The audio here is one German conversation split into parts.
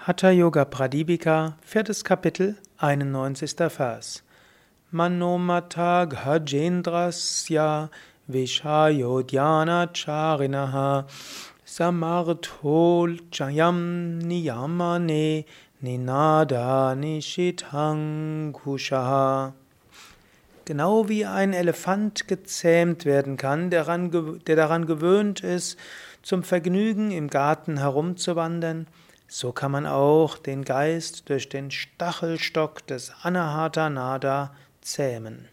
Hatha Yoga Pradipika, 4. Kapitel, 91. Vers. Manomata ghajendrasya vishayodhyana charinaha samarthol jayam niyamane ninada nishitangushaha. Genau wie ein Elefant gezähmt werden kann, der daran gewöhnt ist, zum Vergnügen im Garten herumzuwandern, so kann man auch den Geist durch den Stachelstock des Anahata Nada zähmen.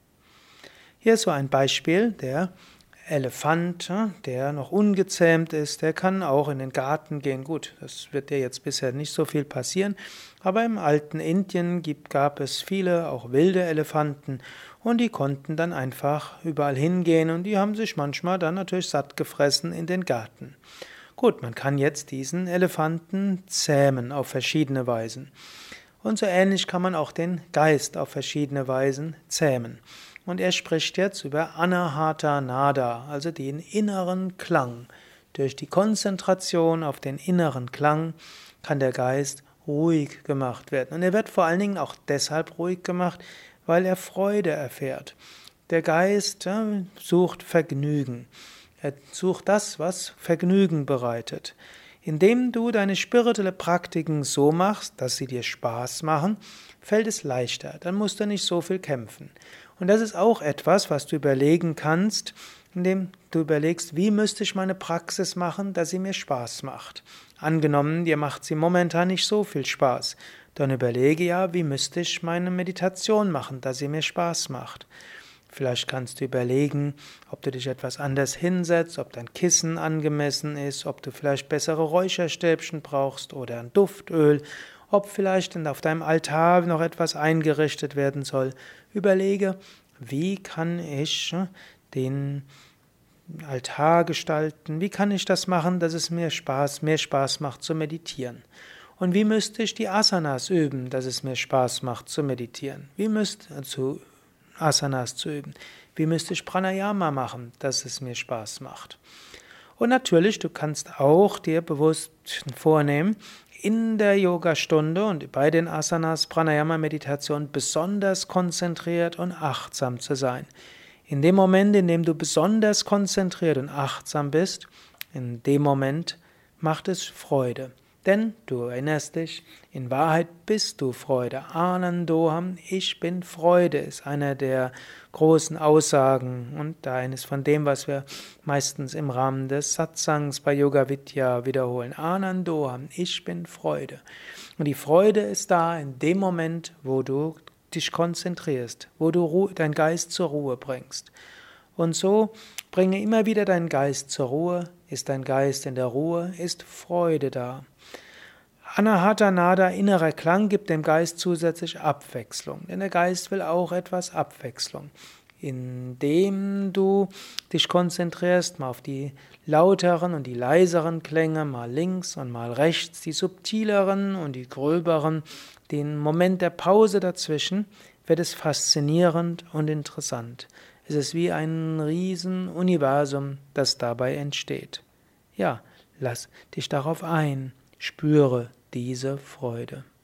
Hier ist so ein Beispiel: Der Elefant, der noch ungezähmt ist, der kann auch in den Garten gehen. Gut, das wird dir jetzt bisher nicht so viel passieren, aber im alten Indien gab es viele, auch wilde Elefanten, und die konnten dann einfach überall hingehen und die haben sich manchmal dann natürlich satt gefressen in den Garten. Gut, man kann jetzt diesen Elefanten zähmen auf verschiedene Weisen. Und so ähnlich kann man auch den Geist auf verschiedene Weisen zähmen. Und er spricht jetzt über Anahata Nada, also den inneren Klang. Durch die Konzentration auf den inneren Klang kann der Geist ruhig gemacht werden. Und er wird vor allen Dingen auch deshalb ruhig gemacht, weil er Freude erfährt. Der Geist sucht Vergnügen. Er sucht das, was Vergnügen bereitet. Indem du deine spirituelle Praktiken so machst, dass sie dir Spaß machen, fällt es leichter. Dann musst du nicht so viel kämpfen. Und das ist auch etwas, was du überlegen kannst, indem du überlegst, wie müsste ich meine Praxis machen, dass sie mir Spaß macht. Angenommen, dir macht sie momentan nicht so viel Spaß. Dann überlege ja, wie müsste ich meine Meditation machen, dass sie mir Spaß macht. Vielleicht kannst du überlegen, ob du dich etwas anders hinsetzt, ob dein Kissen angemessen ist, ob du vielleicht bessere Räucherstäbchen brauchst oder ein Duftöl, ob vielleicht auf deinem Altar noch etwas eingerichtet werden soll. Überlege, wie kann ich den Altar gestalten, wie kann ich das machen, dass es mehr Spaß macht zu meditieren. Und wie müsste ich die Asanas üben, dass es mir Spaß macht zu meditieren? Asanas zu üben. Wie müsste ich Pranayama machen, dass es mir Spaß macht? Und natürlich, du kannst auch dir bewusst vornehmen, in der Yogastunde und bei den Asanas, Pranayama, Meditation besonders konzentriert und achtsam zu sein. In dem Moment, in dem du besonders konzentriert und achtsam bist, in dem Moment macht es Freude. Denn du erinnerst dich, in Wahrheit bist du Freude. Anandoham, ich bin Freude, ist einer der großen Aussagen und eines von dem, was wir meistens im Rahmen des Satsangs bei Yoga Vidya wiederholen. Anandoham, ich bin Freude. Und die Freude ist da in dem Moment, wo du dich konzentrierst, wo du deinen Geist zur Ruhe bringst. Und so bringe immer wieder deinen Geist zur Ruhe. Ist dein Geist in der Ruhe, ist Freude da. Anahata Nada, innerer Klang, gibt dem Geist zusätzlich Abwechslung, denn der Geist will auch etwas Abwechslung. Indem du dich konzentrierst, mal auf die lauteren und die leiseren Klänge, mal links und mal rechts, die subtileren und die gröberen, den Moment der Pause dazwischen, wird es faszinierend und interessant. Es ist wie ein Riesenuniversum, das dabei entsteht. Ja, lass dich darauf ein, spüre diese Freude.